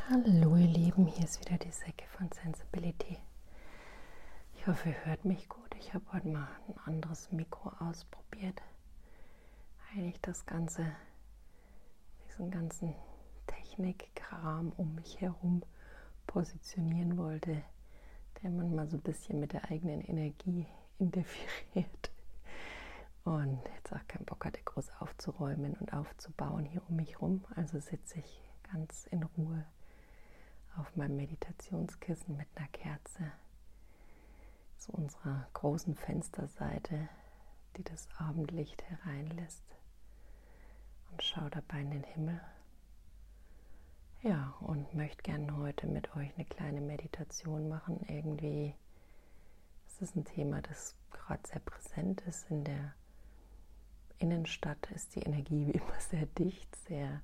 Hallo ihr Lieben, hier ist wieder die Säcke von Sensibility. Ich hoffe, ihr hört mich gut. Ich habe heute mal ein anderes Mikro ausprobiert, weil ich das Ganze, diesen ganzen Technikkram um mich herum positionieren wollte, der manchmal so ein bisschen mit der eigenen Energie interferiert. Und jetzt auch keinen Bock hatte, groß aufzuräumen und aufzubauen hier um mich rum. Also sitze ich ganz in Ruhe auf meinem Meditationskissen mit einer Kerze zu unserer großen Fensterseite, die das Abendlicht hereinlässt, und schaue dabei in den Himmel. Ja, und möchte gerne heute mit euch eine kleine Meditation machen. Irgendwie ist es ein Thema, das gerade sehr präsent ist. In der Innenstadt ist die Energie wie immer sehr dicht, sehr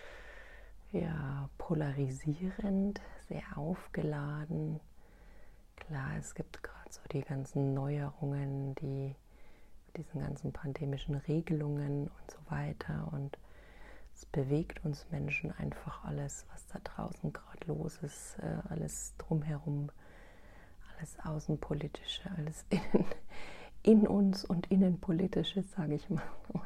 polarisierend, sehr aufgeladen. Klar, es gibt gerade so die ganzen Neuerungen, die mit diesen ganzen pandemischen Regelungen und so weiter, und es bewegt uns Menschen einfach alles, was da draußen gerade los ist, alles drumherum, alles Außenpolitische, alles in uns und Innenpolitisches, sage ich mal. Und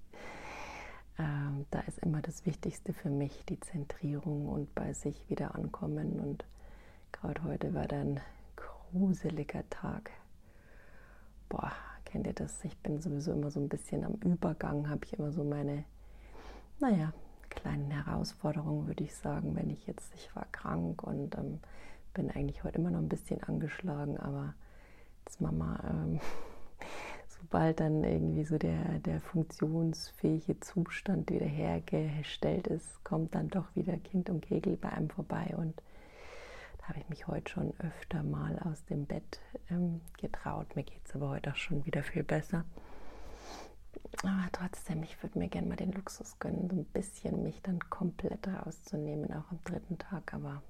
da ist immer das Wichtigste für mich die Zentrierung und bei sich wieder ankommen. Und gerade heute war dann gruseliger Tag. Boah, kennt ihr das? Ich bin sowieso immer so ein bisschen am Übergang, habe ich immer so meine, kleinen Herausforderungen, würde ich sagen, wenn ich war krank und bin eigentlich heute immer noch ein bisschen angeschlagen, aber als Mama, sobald dann irgendwie so der funktionsfähige Zustand wieder hergestellt ist, kommt dann doch wieder Kind und Kegel bei einem vorbei, und da habe ich mich heute schon öfter mal aus dem Bett getraut. Mir geht es aber heute auch schon wieder viel besser. Aber trotzdem, ich würde mir gerne mal den Luxus gönnen, so ein bisschen mich dann komplett rauszunehmen, auch am dritten Tag. Aber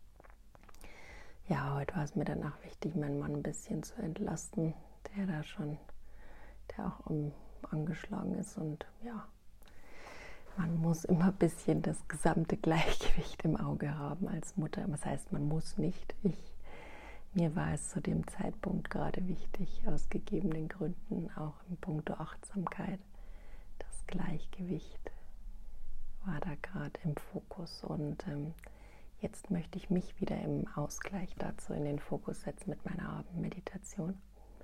ja, heute war es mir danach wichtig, meinen Mann ein bisschen zu entlasten, der auch angeschlagen ist. Und ja, man muss immer ein bisschen das gesamte Gleichgewicht im Auge haben als Mutter. Was heißt, man muss nicht. Mir war es zu dem Zeitpunkt gerade wichtig, aus gegebenen Gründen, auch in puncto Achtsamkeit. Das Gleichgewicht war da gerade im Fokus, und jetzt möchte ich mich wieder im Ausgleich dazu in den Fokus setzen mit meiner Abendmeditation.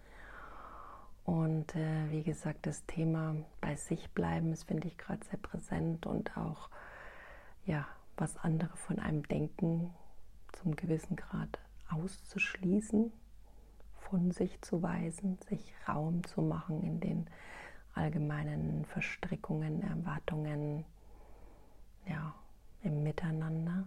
Und wie gesagt, das Thema bei sich bleiben, das finde ich gerade sehr präsent, und auch, was andere von einem denken, zum gewissen Grad auszuschließen, von sich zu weisen, sich Raum zu machen in den allgemeinen Verstrickungen, Erwartungen, im Miteinander,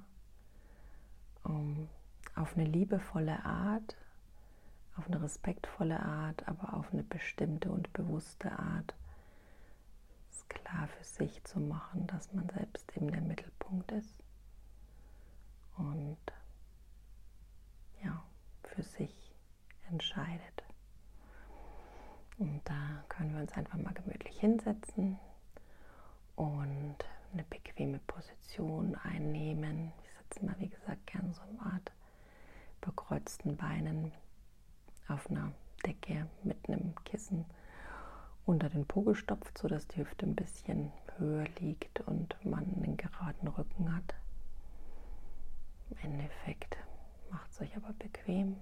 auf eine liebevolle Art, auf eine respektvolle Art, aber auf eine bestimmte und bewusste Art, es klar für sich zu machen, dass man selbst eben der Mittelpunkt ist und für sich entscheidet. Und da können wir uns einfach mal gemütlich hinsetzen und eine bequeme Position einnehmen. Ich sitze mal, wie gesagt, gerne so eine Art bekreuzten Beinen auf einer Decke mit einem Kissen unter den Po gestopft, sodass die Hüfte ein bisschen höher liegt und man einen geraden Rücken hat. Im Endeffekt macht es euch aber bequem.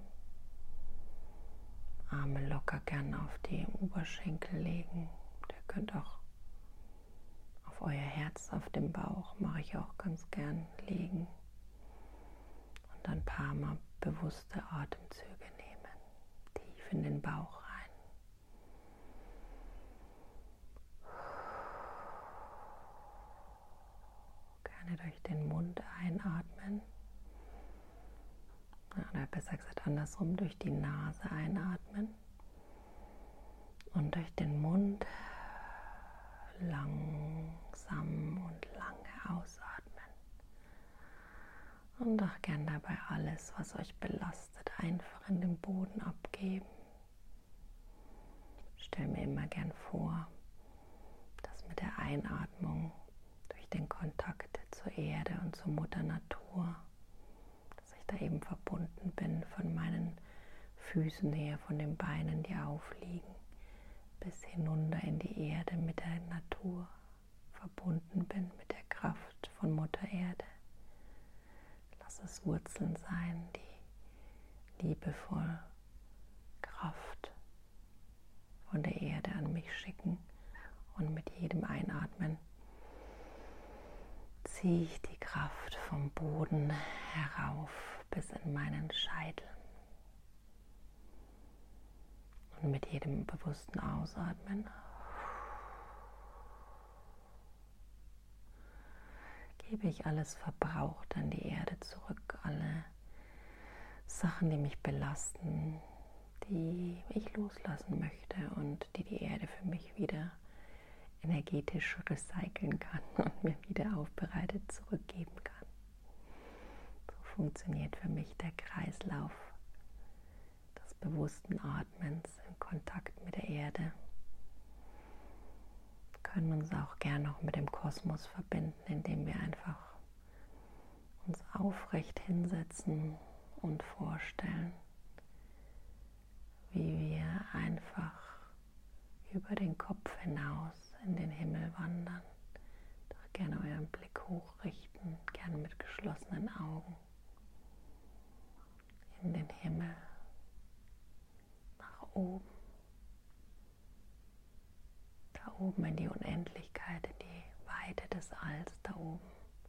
Arme locker gern auf die Oberschenkel legen. Ihr könnt auch auf euer Herz, auf dem Bauch, mache ich auch ganz gern, legen. Und ein paar Mal bewusste Atemzüge nehmen. Tief in den Bauch rein. Gerne durch den Mund einatmen. Oder besser gesagt andersrum, durch die Nase einatmen und durch den Mund langsam und lange ausatmen. Und auch gern dabei alles, was euch belastet, einfach in den Boden abgeben. Ich stelle mir immer gern vor, dass mit der Einatmung durch den Kontakt zur Erde und zur Mutter Natur da eben verbunden bin, von meinen Füßen her, von den Beinen, die aufliegen, bis hinunter in die Erde mit der Natur verbunden bin, mit der Kraft von Mutter Erde. Lass es Wurzeln sein, die liebevoll Kraft von der Erde an mich schicken, und mit jedem Einatmen ziehe ich die Kraft vom Boden herauf bis in meinen Scheitel. Und mit jedem bewussten Ausatmen gebe ich alles Verbrauchte an die Erde zurück, alle Sachen, die mich belasten, die ich loslassen möchte und die Erde für mich wieder energetisch recyceln kann und mir wieder aufbereitet zurückgeben kann. So funktioniert für mich der Kreislauf des bewussten Atmens in Kontakt mit der Erde. Wir können uns auch gern noch mit dem Kosmos verbinden, indem wir einfach uns aufrecht hinsetzen und vorstellen, wie wir einfach über den Kopf hinaus in den Himmel wandern. Doch gerne euren Blick hochrichten, gerne mit geschlossenen Augen in den Himmel, nach oben, da oben in die Unendlichkeit, in die Weite des Alls, da oben,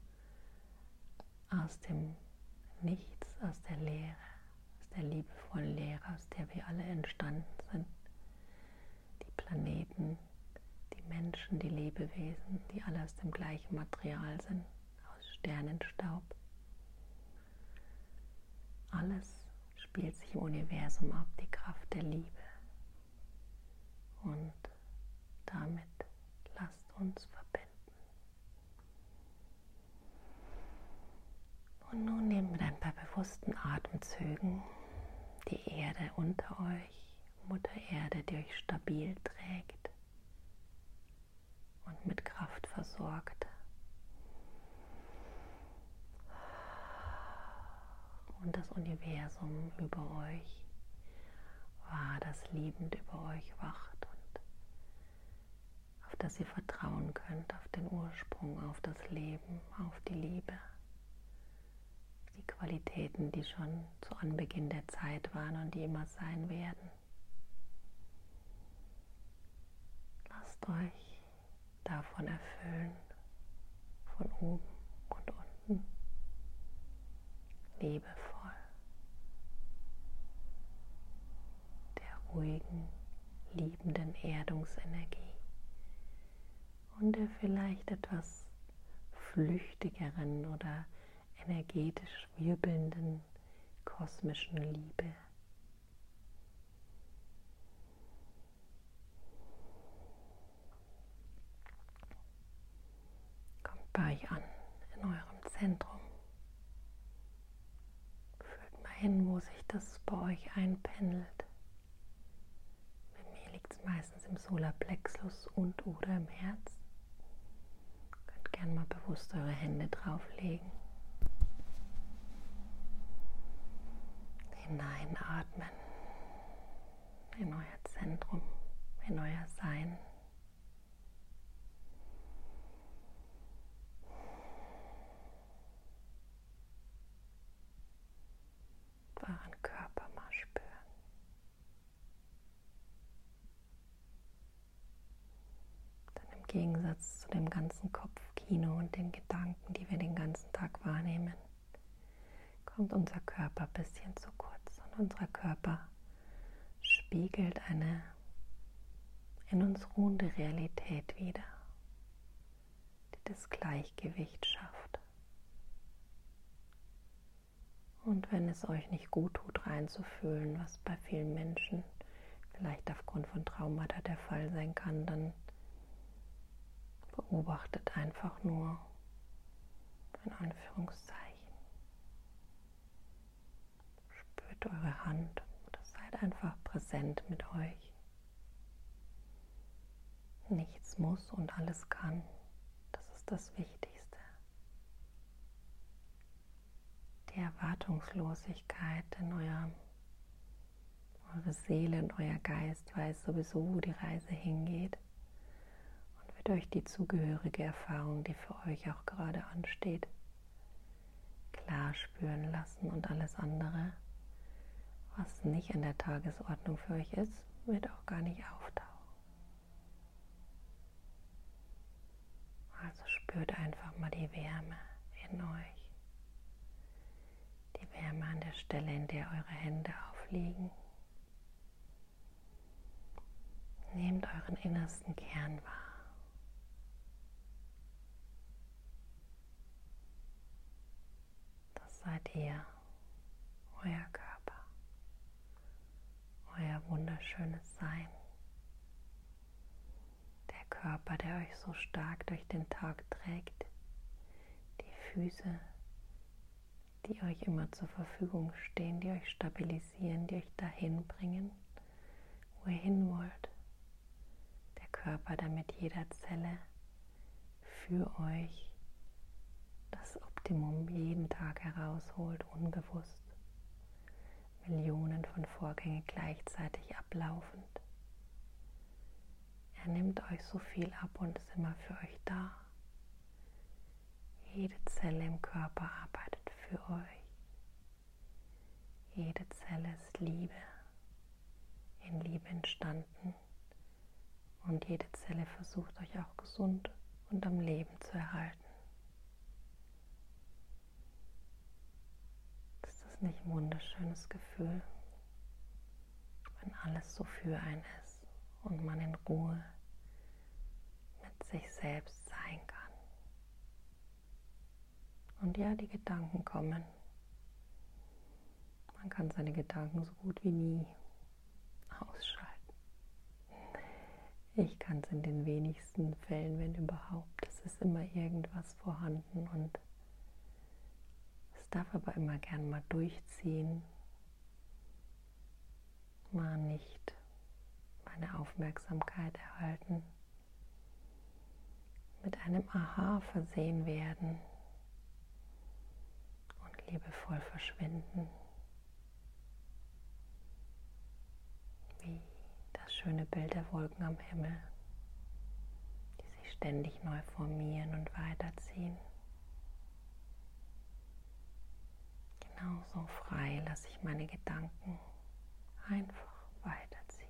aus dem Nichts, aus der Leere, aus der liebevollen Leere, aus der wir alle entstanden sind. Die Planeten, die Menschen, die Lebewesen, die alle aus dem gleichen Material sind, aus Sternenstaub. Alles spielt sich im Universum ab, die Kraft der Liebe. Und damit lasst uns verbinden. Und nun nehmt mit ein paar bewussten Atemzügen die Erde unter euch, Mutter Erde, die euch stabil trägt und mit Kraft versorgt. Und das Universum über euch wahr, das liebend über euch wacht und auf das ihr vertrauen könnt, auf den Ursprung, auf das Leben, auf die Liebe. Die Qualitäten, die schon zu Anbeginn der Zeit waren und die immer sein werden. Lasst euch davon erfüllen, von oben und unten, liebevoll, der ruhigen, liebenden Erdungsenergie und der vielleicht etwas flüchtigeren oder energetisch wirbelnden kosmischen Liebe. Kommt bei euch an, in eurem Zentrum. Fühlt mal hin, wo sich das bei euch einpendelt. Bei mir liegt es meistens im Solarplexus und oder im Herz. Ihr könnt gerne mal bewusst eure Hände drauflegen. Hineinatmen in euer Zentrum, in euer Sein. Euren Körper mal spüren. Denn im Gegensatz zu dem ganzen Kopfkino und den Gedanken, die wir den ganzen Tag wahrnehmen, kommt unser Körper ein bisschen zu kurz. Und unser Körper spiegelt eine in uns ruhende Realität wider, die das Gleichgewicht schafft. Und wenn es euch nicht gut tut, reinzufühlen, was bei vielen Menschen vielleicht aufgrund von Traumata der Fall sein kann, dann beobachtet einfach nur, in Anführungszeichen. Spürt eure Hand oder seid einfach präsent mit euch. Nichts muss und alles kann. Das ist das Wichtigste. Der Erwartungslosigkeit, denn eure Seele und euer Geist weiß sowieso, wo die Reise hingeht und wird euch die zugehörige Erfahrung, die für euch auch gerade ansteht, klar spüren lassen, und alles andere, was nicht in der Tagesordnung für euch ist, wird auch gar nicht auftauchen. Also spürt einfach mal die Wärme in euch. Die Wärme an der Stelle, in der eure Hände aufliegen. Nehmt euren innersten Kern wahr. Das seid ihr, euer Körper, euer wunderschönes Sein. Der Körper, der euch so stark durch den Tag trägt. Die Füße, die euch immer zur Verfügung stehen, die euch stabilisieren, die euch dahin bringen, wo ihr hin wollt. Der Körper, der mit jeder Zelle für euch das Optimum jeden Tag herausholt, unbewusst. Millionen von Vorgängen gleichzeitig ablaufend. Er nimmt euch so viel ab und ist immer für euch da. Jede Zelle im Körper arbeitet für euch. Jede Zelle ist Liebe, in Liebe entstanden, und jede Zelle versucht euch auch gesund und am Leben zu erhalten. Ist das nicht ein wunderschönes Gefühl, wenn alles so für einen ist und man in Ruhe mit sich selbst sein kann? Und ja, die Gedanken kommen. Man kann seine Gedanken so gut wie nie ausschalten. Ich kann es in den wenigsten Fällen, wenn überhaupt. Es ist immer irgendwas vorhanden und es darf aber immer gern mal durchziehen, mal nicht meine Aufmerksamkeit erhalten, mit einem Aha versehen werden und liebevoll verschwinden. Wie das schöne Bild der Wolken am Himmel, die sich ständig neu formieren und weiterziehen. Genauso frei lasse ich meine Gedanken einfach weiterziehen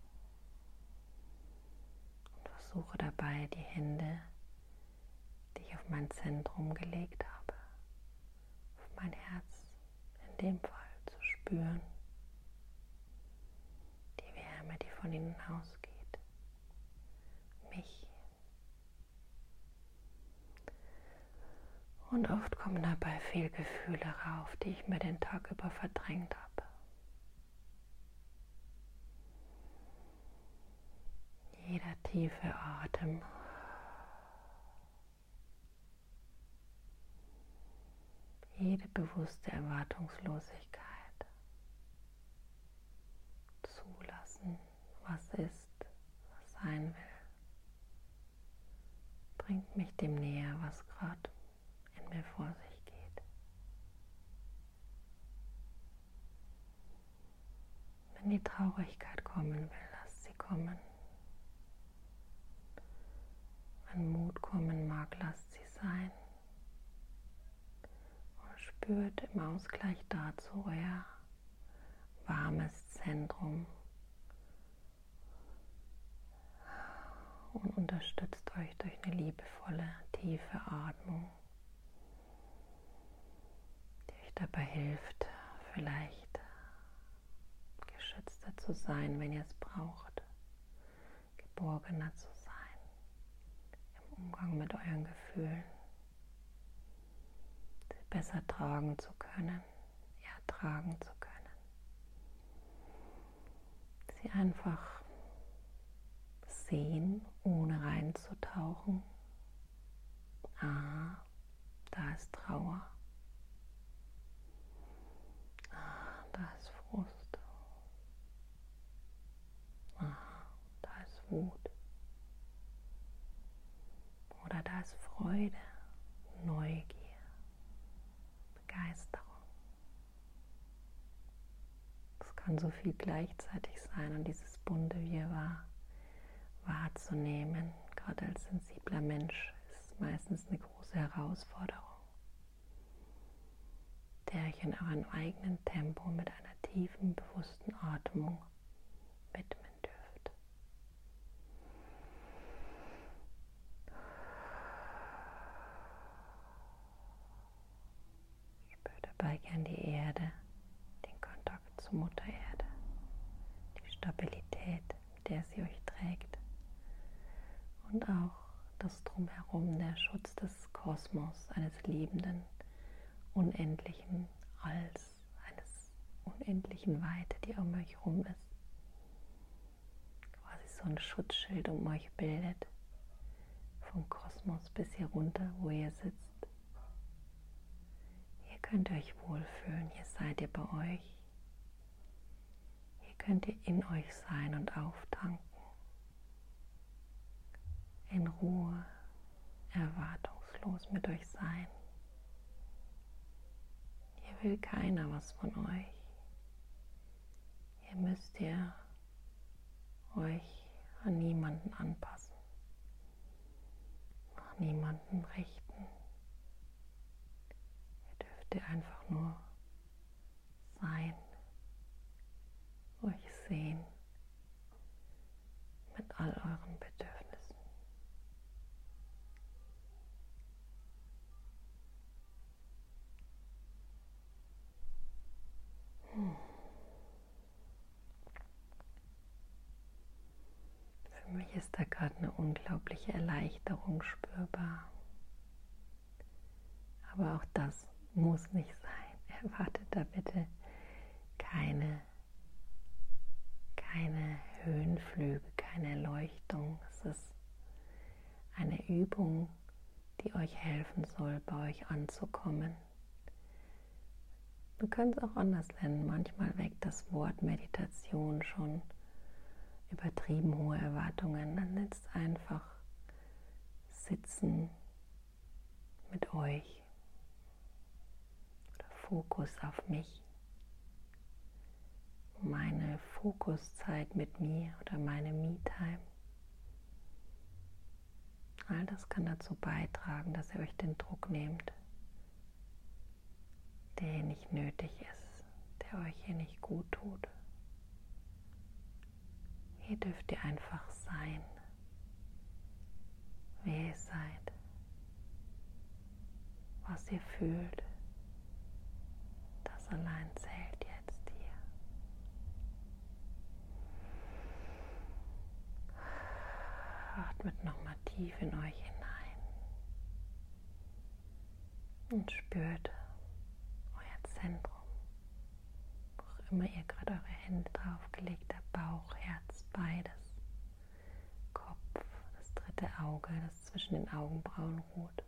und versuche dabei, die Hände, die ich auf mein Zentrum gelegt habe, auf mein Herz in dem Fall zu spüren. Die Wärme, die von innen ausgeht, mich. Und oft kommen dabei viel Gefühle rauf, die ich mir den Tag über verdrängt habe. Jeder tiefe Atem. Jede bewusste Erwartungslosigkeit. Zulassen, was ist, was sein will. Bringt mich dem näher, was gerade in mir vor sich geht. Wenn die Traurigkeit kommen will, lasst sie kommen. Wenn Mut kommen mag, lasst sie sein. Und spürt im Ausgleich dazu euer warmes Zentrum und unterstützt euch durch eine liebevolle, tiefe Atmung, die euch dabei hilft, vielleicht geschützter zu sein, wenn ihr es braucht, geborgener zu sein im Umgang mit euren Gefühlen, sie besser tragen zu können, ertragen zu können, sie einfach sehen, ohne reinzutauchen. Ah, da ist Trauer. Ah, da ist Frust. Ah, da ist Wut. Oder da ist Freude, Neugier, Begeisterung. kann so viel gleichzeitig sein und dieses bunte Wirrwarr wahrzunehmen, gerade als sensibler Mensch, ist meistens eine große Herausforderung, der euch in eurem eigenen Tempo mit einer tiefen, bewussten Atmung widmen dürft. Spürt dabei gern die Erde, den Kontakt zur Mutter Erde, die Stabilität, mit der sie euch trägt und auch das Drumherum, der Schutz des Kosmos, eines liebenden, unendlichen Alls, eines unendlichen Weite, die um euch herum ist. Quasi so ein Schutzschild um euch bildet, vom Kosmos bis hier runter, wo ihr sitzt. Hier könnt ihr euch wohlfühlen, hier seid ihr bei euch. Hier könnt ihr in euch sein und auftanken. In Ruhe, erwartungslos mit euch sein. Hier will keiner was von euch. Hier müsst ihr euch an niemanden anpassen, nach niemanden richten. Ihr dürft einfach nur sein, euch sehen mit all euren Bedürfnissen. Für mich ist da gerade eine unglaubliche Erleichterung spürbar. Aber auch das muss nicht sein. Erwartet da bitte keine Höhenflüge, keine Erleuchtung. Es ist eine Übung, die euch helfen soll, bei euch anzukommen. Wir können es auch anders nennen. Manchmal weckt das Wort Meditation schon übertrieben hohe Erwartungen. Dann jetzt einfach sitzen mit euch oder Fokus auf mich. Meine Fokuszeit mit mir oder meine Me-Time. All das kann dazu beitragen, dass ihr euch den Druck nehmt, der hier nicht nötig ist, der euch hier nicht gut tut. Hier dürft ihr einfach sein, wer ihr seid, was ihr fühlt. Das allein zählt jetzt hier. Atmet nochmal tief in euch hinein und spürt euer Zentrum, wo auch immer ihr gerade eure Hände drauf gelegt habt, Bauch, Herz, beides, Kopf, das dritte Auge, das zwischen den Augenbrauen ruht.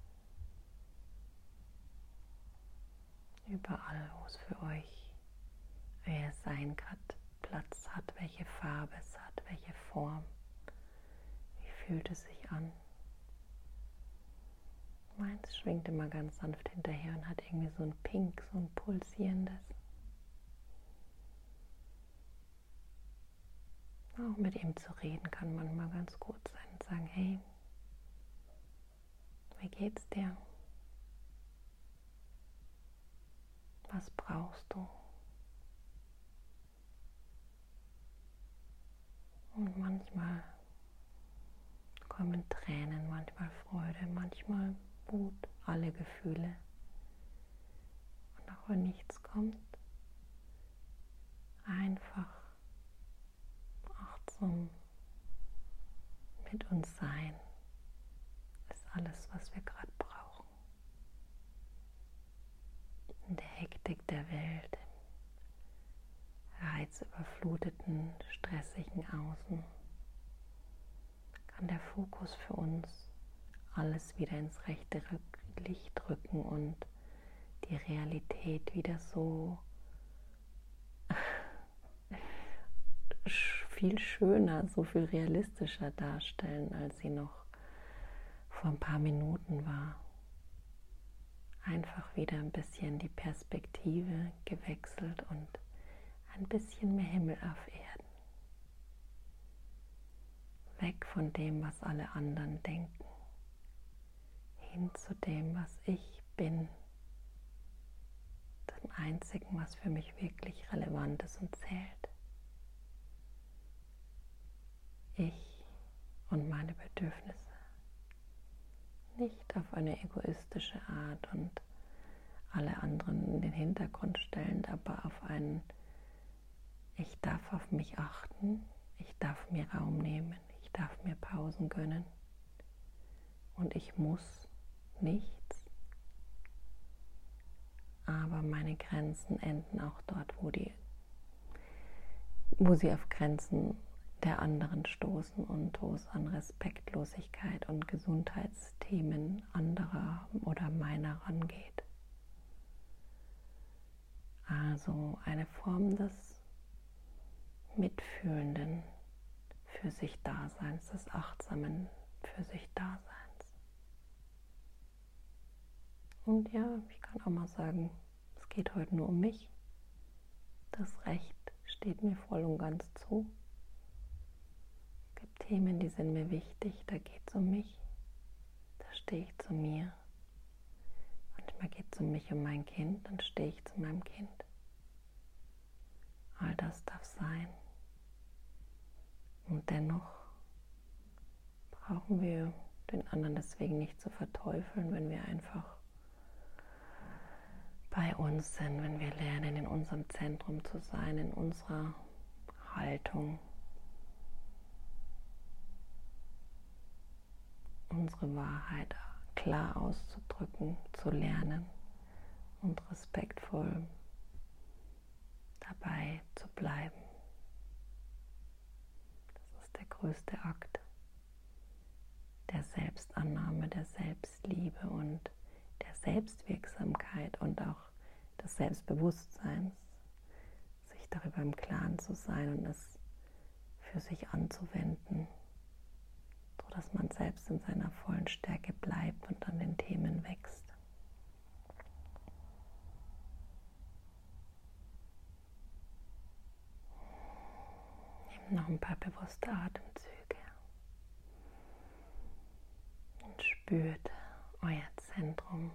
Überall, wo es für euch euer Sein gerade Platz hat, welche Farbe es hat, welche Form. Wie fühlt es sich an? Meins schwingt immer ganz sanft hinterher und hat irgendwie so ein Pink, so ein pulsierendes. Auch mit ihm zu reden kann manchmal ganz gut sein und sagen, hey, wie geht's dir? Was brauchst du? Und manchmal kommen Tränen, manchmal Freude, manchmal Wut, alle Gefühle. Und auch wenn nichts kommt, einfach achtsam mit uns sein, ist alles, was wir gerade brauchen. In der Hektik der Welt, im reizüberfluteten, stressigen Außen, kann der Fokus für uns alles wieder ins rechte Licht rücken und die Realität wieder so viel schöner, so viel realistischer darstellen, als sie noch vor ein paar Minuten war. Einfach wieder ein bisschen die Perspektive gewechselt und ein bisschen mehr Himmel auf Erden. Weg von dem, was alle anderen denken, hin zu dem, was ich bin, dem Einzigen, was für mich wirklich relevant ist und zählt. Ich und meine Bedürfnisse. Nicht auf eine egoistische Art und alle anderen in den Hintergrund stellend, aber auf einen, ich darf auf mich achten, ich darf mir Raum nehmen, ich darf mir Pausen gönnen und ich muss nichts, aber meine Grenzen enden auch dort, wo sie auf Grenzen der anderen stoßen und wo es an Respektlosigkeit und Gesundheitsthemen anderer oder meiner rangeht. Also eine Form des mitfühlenden für sich Daseins, des achtsamen für sich Daseins. Und ja, ich kann auch mal sagen, es geht heute nur um mich. Das Recht steht mir voll und ganz zu. Es gibt Themen, die sind mir wichtig, da geht es um mich. Da stehe ich zu mir. Manchmal geht es um mich und mein Kind, dann stehe ich zu meinem Kind. All das darf sein. Und dennoch brauchen wir den anderen deswegen nicht zu verteufeln, wenn wir einfach bei uns sind, wenn wir lernen, in unserem Zentrum zu sein, in unserer Haltung, unsere Wahrheit klar auszudrücken, zu lernen und respektvoll dabei zu bleiben. Das ist der größte Akt der Selbstannahme, der Selbstliebe und der Selbstwirksamkeit und auch des Selbstbewusstseins, sich darüber im Klaren zu sein und es für sich anzuwenden, sodass man selbst in seiner vollen Stärke bleibt und an den Themen wächst. Nehmt noch ein paar bewusste Atemzüge und spürt euer Zentrum,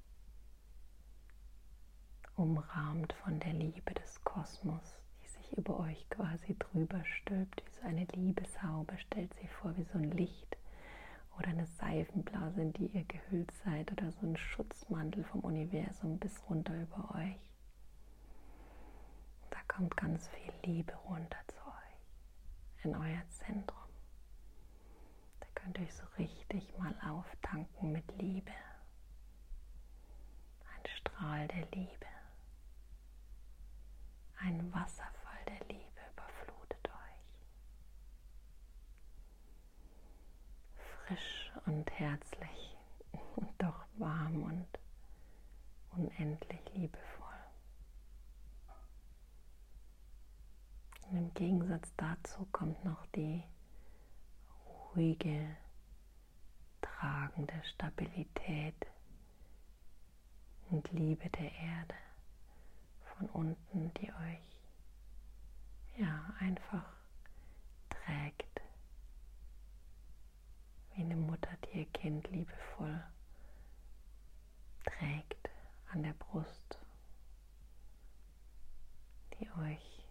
umrahmt von der Liebe des Kosmos, die sich über euch quasi drüber stülpt, wie so eine Liebeshaube. Stellt sie vor, wie so ein Licht oder eine Seifenblase, in die ihr gehüllt seid, oder so ein Schutzmantel vom Universum bis runter über euch. Da kommt ganz viel Liebe runter zu euch, in euer Zentrum. Da könnt ihr euch so richtig mal auftanken mit Liebe. Ein Strahl der Liebe. Ein Wasserfall der Liebe überflutet euch. Frisch und herzlich und doch warm und unendlich liebevoll. Und im Gegensatz dazu kommt noch die ruhige, tragende Stabilität und Liebe der Erde von unten, die euch einfach trägt, wie eine Mutter, die ihr Kind liebevoll trägt an der Brust, die euch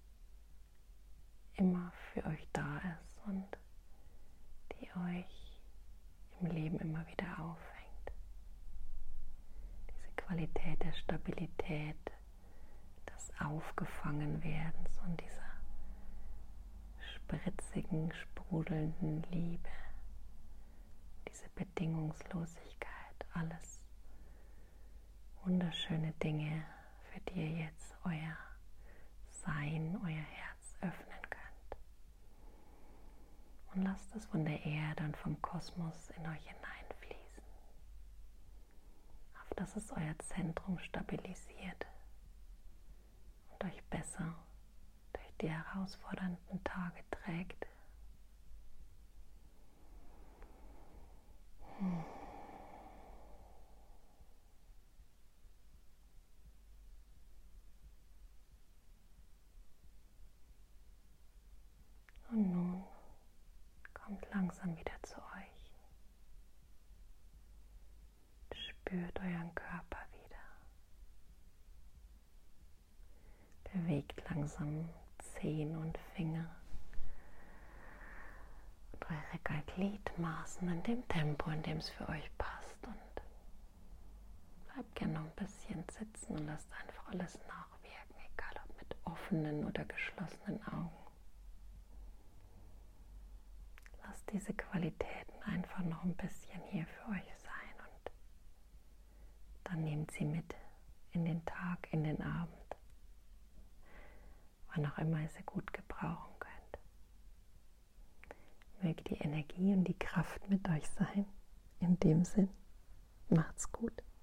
immer für euch da ist und die euch im Leben immer wieder auffängt. Diese Qualität der Stabilität, des Aufgefangenwerdens und dieser spritzigen, sprudelnden Liebe, diese Bedingungslosigkeit, alles wunderschöne Dinge, für die ihr jetzt euer Sein, euer Herz öffnen könnt. Und lasst es von der Erde und vom Kosmos in euch hineinfließen, auf dass es euer Zentrum stabilisiert und euch besser durch die herausfordernden Tage trägt. langsam wieder zu euch. Spürt euren Körper wieder. Bewegt langsam Zehen und Finger und eure Gliedmaßen in dem Tempo, in dem es für euch passt. Und bleibt gerne noch ein bisschen sitzen und lasst einfach alles nachwirken, egal ob mit offenen oder geschlossenen Augen. Lasst diese Qualitäten einfach noch ein bisschen hier für euch sein und dann nehmt sie mit in den Tag, in den Abend, wann auch immer ihr sie gut gebrauchen könnt. Möge die Energie und die Kraft mit euch sein. In dem Sinn, macht's gut.